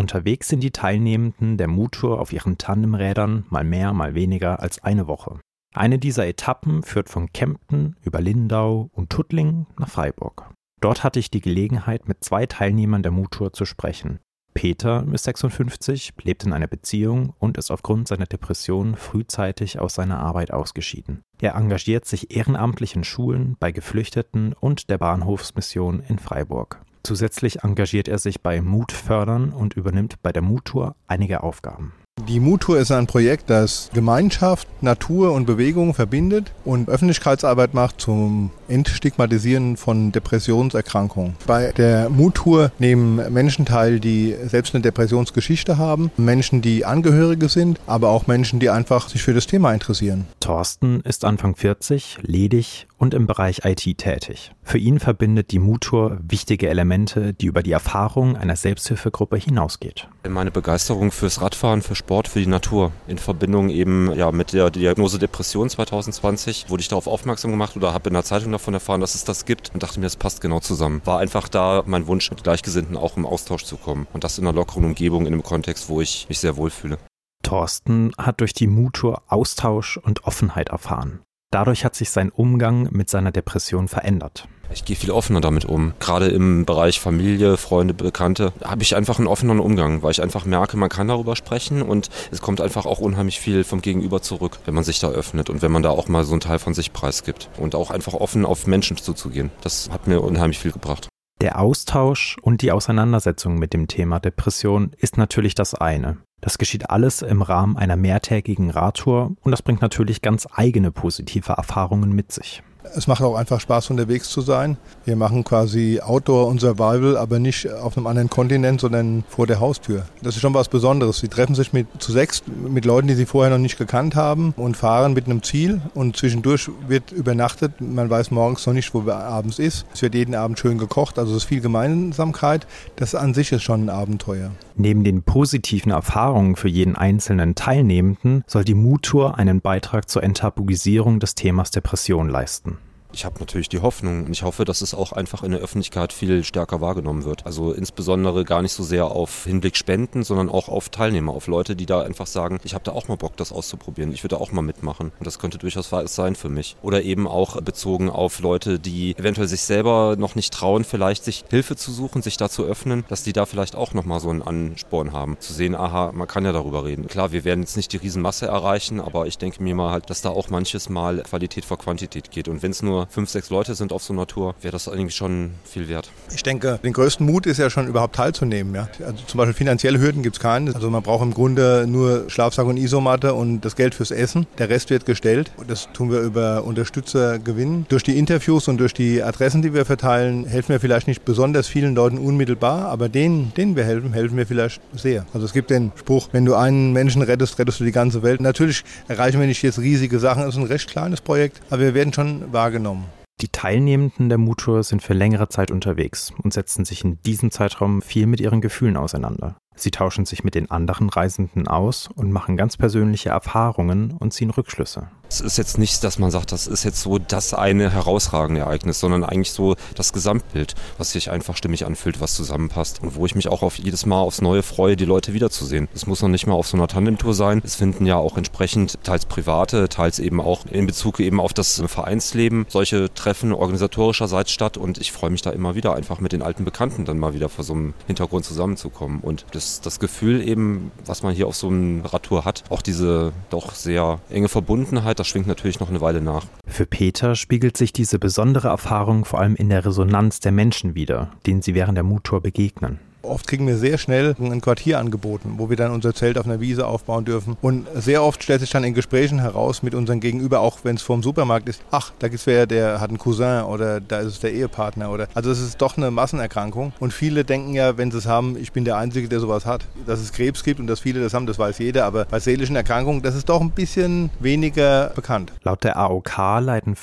Unterwegs sind die Teilnehmenden der Mut-Tour auf ihren Tandemrädern mal mehr, mal weniger als eine Woche. Eine dieser Etappen führt von Kempten über Lindau und Tuttlingen nach Freiburg. Dort hatte ich die Gelegenheit, mit 2 Teilnehmern der Mut-Tour zu sprechen. Peter ist 56, lebt in einer Beziehung und ist aufgrund seiner Depression frühzeitig aus seiner Arbeit ausgeschieden. Er engagiert sich ehrenamtlich in Schulen, bei Geflüchteten und der Bahnhofsmission in Freiburg. Zusätzlich engagiert er sich bei Mut fördern und übernimmt bei der Mut-Tour einige Aufgaben. Die Mut-Tour ist ein Projekt, das Gemeinschaft, Natur und Bewegung verbindet und Öffentlichkeitsarbeit macht zum Entstigmatisieren von Depressionserkrankungen. Bei der Mut-Tour nehmen Menschen teil, die selbst eine Depressionsgeschichte haben, Menschen, die Angehörige sind, aber auch Menschen, die einfach sich für das Thema interessieren. Thorsten ist Anfang 40, ledig und im Bereich IT tätig. Für ihn verbindet die Mut-Tour wichtige Elemente, die über die Erfahrung einer Selbsthilfegruppe hinausgeht. Meine Begeisterung fürs Radfahren, für Sport, für die Natur. In Verbindung eben mit der Diagnose Depression 2020 wurde ich darauf aufmerksam gemacht oder habe in der Zeitung davon erfahren, dass es das gibt und dachte mir, das passt genau zusammen. War einfach da mein Wunsch, mit Gleichgesinnten auch im Austausch zu kommen und das in einer lockeren Umgebung, in einem Kontext, wo ich mich sehr wohlfühle. Thorsten hat durch die Mut-Tour Austausch und Offenheit erfahren. Dadurch hat sich sein Umgang mit seiner Depression verändert. Ich gehe viel offener damit um. Gerade im Bereich Familie, Freunde, Bekannte habe ich einfach einen offeneren Umgang, weil ich einfach merke, man kann darüber sprechen und es kommt einfach auch unheimlich viel vom Gegenüber zurück, wenn man sich da öffnet und wenn man da auch mal so einen Teil von sich preisgibt und auch einfach offen auf Menschen zuzugehen. Das hat mir unheimlich viel gebracht. Der Austausch und die Auseinandersetzung mit dem Thema Depression ist natürlich das eine. Das geschieht alles im Rahmen einer mehrtägigen Radtour und das bringt natürlich ganz eigene positive Erfahrungen mit sich. Es macht auch einfach Spaß, unterwegs zu sein. Wir machen quasi Outdoor und Survival, aber nicht auf einem anderen Kontinent, sondern vor der Haustür. Das ist schon was Besonderes. Sie treffen sich zu 6 mit Leuten, die sie vorher noch nicht gekannt haben und fahren mit einem Ziel. Und zwischendurch wird übernachtet. Man weiß morgens noch nicht, wo abends ist. Es wird jeden Abend schön gekocht. Also es ist viel Gemeinsamkeit. Das an sich ist schon ein Abenteuer. Neben den positiven Erfahrungen für jeden einzelnen Teilnehmenden soll die Mut-Tour einen Beitrag zur Enttabuisierung des Themas Depression leisten. Ich habe natürlich die Hoffnung und ich hoffe, dass es auch einfach in der Öffentlichkeit viel stärker wahrgenommen wird. Also insbesondere gar nicht so sehr auf Hinblick Spenden, sondern auch auf Teilnehmer, auf Leute, die da einfach sagen, ich habe da auch mal Bock, das auszuprobieren. Ich würde auch mal mitmachen und das könnte durchaus was sein für mich. Oder eben auch bezogen auf Leute, die eventuell sich selber noch nicht trauen, vielleicht sich Hilfe zu suchen, sich da zu öffnen, dass die da vielleicht auch nochmal so einen Ansporn haben. Zu sehen, aha, man kann ja darüber reden. Klar, wir werden jetzt nicht die Riesenmasse erreichen, aber ich denke mir mal halt, dass da auch manches Mal Qualität vor Quantität geht. Und wenn es nur 5, 6 Leute sind auf so einer Tour, wäre das eigentlich schon viel wert. Ich denke, den größten Mut ist ja schon überhaupt teilzunehmen. Ja? Also zum Beispiel finanzielle Hürden gibt es keine. Also man braucht im Grunde nur Schlafsack und Isomatte und das Geld fürs Essen. Der Rest wird gestellt. Das tun wir über Unterstützer gewinnen. Durch die Interviews und durch die Adressen, die wir verteilen, helfen wir vielleicht nicht besonders vielen Leuten unmittelbar, aber denen wir helfen wir vielleicht sehr. Also es gibt den Spruch, wenn du einen Menschen rettest, rettest du die ganze Welt. Natürlich erreichen wir nicht jetzt riesige Sachen. Es ist ein recht kleines Projekt, aber wir werden schon wahrgenommen. Die Teilnehmenden der Mut-Tour sind für längere Zeit unterwegs und setzen sich in diesem Zeitraum viel mit ihren Gefühlen auseinander. Sie tauschen sich mit den anderen Reisenden aus und machen ganz persönliche Erfahrungen und ziehen Rückschlüsse. Es ist jetzt nicht, dass man sagt, das ist jetzt so das eine herausragende Ereignis, sondern eigentlich so das Gesamtbild, was sich einfach stimmig anfühlt, was zusammenpasst und wo ich mich auch auf jedes Mal aufs Neue freue, die Leute wiederzusehen. Es muss noch nicht mal auf so einer Tandemtour sein. Es finden ja auch entsprechend teils private, teils eben auch in Bezug eben auf das Vereinsleben solche Treffen organisatorischerseits statt und ich freue mich da immer wieder einfach mit den alten Bekannten dann mal wieder vor so einem Hintergrund zusammenzukommen und das Gefühl eben, was man hier auf so einer Radtour hat, auch diese doch sehr enge Verbundenheit, das schwingt natürlich noch eine Weile nach. Für Peter spiegelt sich diese besondere Erfahrung vor allem in der Resonanz der Menschen wider, denen sie während der Mut-Tour begegnen. Oft kriegen wir sehr schnell ein Quartier angeboten, wo wir dann unser Zelt auf einer Wiese aufbauen dürfen. Und sehr oft stellt sich dann in Gesprächen heraus mit unserem Gegenüber, auch wenn es vorm Supermarkt ist, ach, da gibt's wer, der hat einen Cousin oder da ist es der Ehepartner. Also es ist doch eine Massenerkrankung. Und viele denken ja, wenn sie es haben, ich bin der Einzige, der sowas hat. Dass es Krebs gibt und dass viele das haben, das weiß jeder. Aber bei seelischen Erkrankungen, das ist doch ein bisschen weniger bekannt. Laut der AOK leiden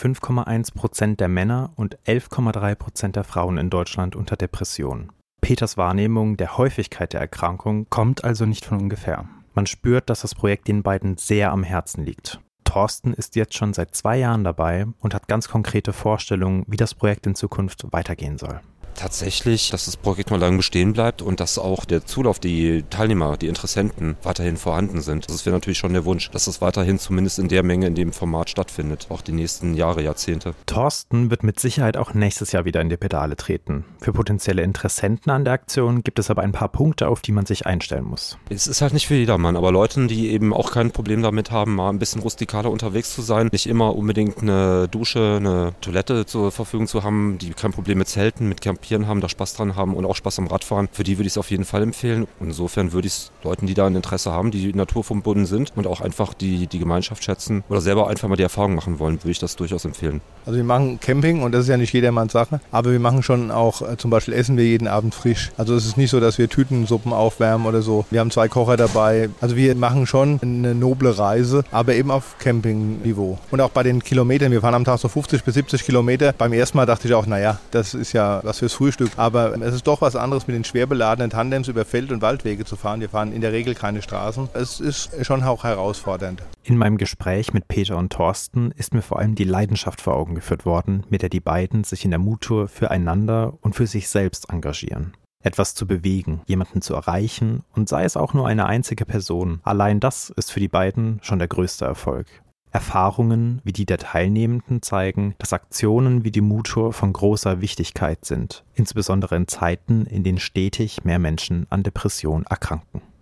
5,1% der Männer und 11,3% der Frauen in Deutschland unter Depressionen. Peters Wahrnehmung der Häufigkeit der Erkrankung kommt also nicht von ungefähr. Man spürt, dass das Projekt den beiden sehr am Herzen liegt. Thorsten ist jetzt schon seit 2 Jahren dabei und hat ganz konkrete Vorstellungen, wie das Projekt in Zukunft weitergehen soll. Tatsächlich, dass das Projekt noch lange bestehen bleibt und dass auch der Zulauf, die Teilnehmer, die Interessenten weiterhin vorhanden sind. Das wäre natürlich schon der Wunsch, dass es weiterhin zumindest in der Menge, in dem Format stattfindet, auch die nächsten Jahre, Jahrzehnte. Thorsten wird mit Sicherheit auch nächstes Jahr wieder in die Pedale treten. Für potenzielle Interessenten an der Aktion gibt es aber ein paar Punkte, auf die man sich einstellen muss. Es ist halt nicht für jedermann, aber Leuten, die eben auch kein Problem damit haben, mal ein bisschen rustikaler unterwegs zu sein, nicht immer unbedingt eine Dusche, eine Toilette zur Verfügung zu haben, die kein Problem mit Zelten, mit Campieren haben, da Spaß dran haben und auch Spaß am Radfahren. Für die würde ich es auf jeden Fall empfehlen. Und insofern würde ich es Leuten, die da ein Interesse haben, die naturverbunden sind und auch einfach die Gemeinschaft schätzen oder selber einfach mal die Erfahrung machen wollen, würde ich das durchaus empfehlen. Also wir machen Camping und das ist ja nicht jedermanns Sache, aber wir machen schon auch, zum Beispiel essen wir jeden Abend frisch. Also es ist nicht so, dass wir Tütensuppen aufwärmen oder so. Wir haben 2 Kocher dabei. Also wir machen schon eine noble Reise, aber eben auf Campingniveau. Und auch bei den Kilometern, wir fahren am Tag so 50 bis 70 Kilometer. Beim ersten Mal dachte ich auch, naja, das ist ja was fürs Frühstück. Aber es ist doch was anderes, mit den schwer beladenen Tandems über Feld- und Waldwege zu fahren. Wir fahren in der Regel keine Straßen. Es ist schon auch herausfordernd. In meinem Gespräch mit Peter und Thorsten ist mir vor allem die Leidenschaft vor Augen geführt worden, mit der die beiden sich in der Mut-Tour füreinander und für sich selbst engagieren. Etwas zu bewegen, jemanden zu erreichen und sei es auch nur eine einzige Person. Allein das ist für die beiden schon der größte Erfolg. Erfahrungen wie die der Teilnehmenden zeigen, dass Aktionen wie die Mut-Tour von großer Wichtigkeit sind, insbesondere in Zeiten, in denen stetig mehr Menschen an Depressionen erkranken.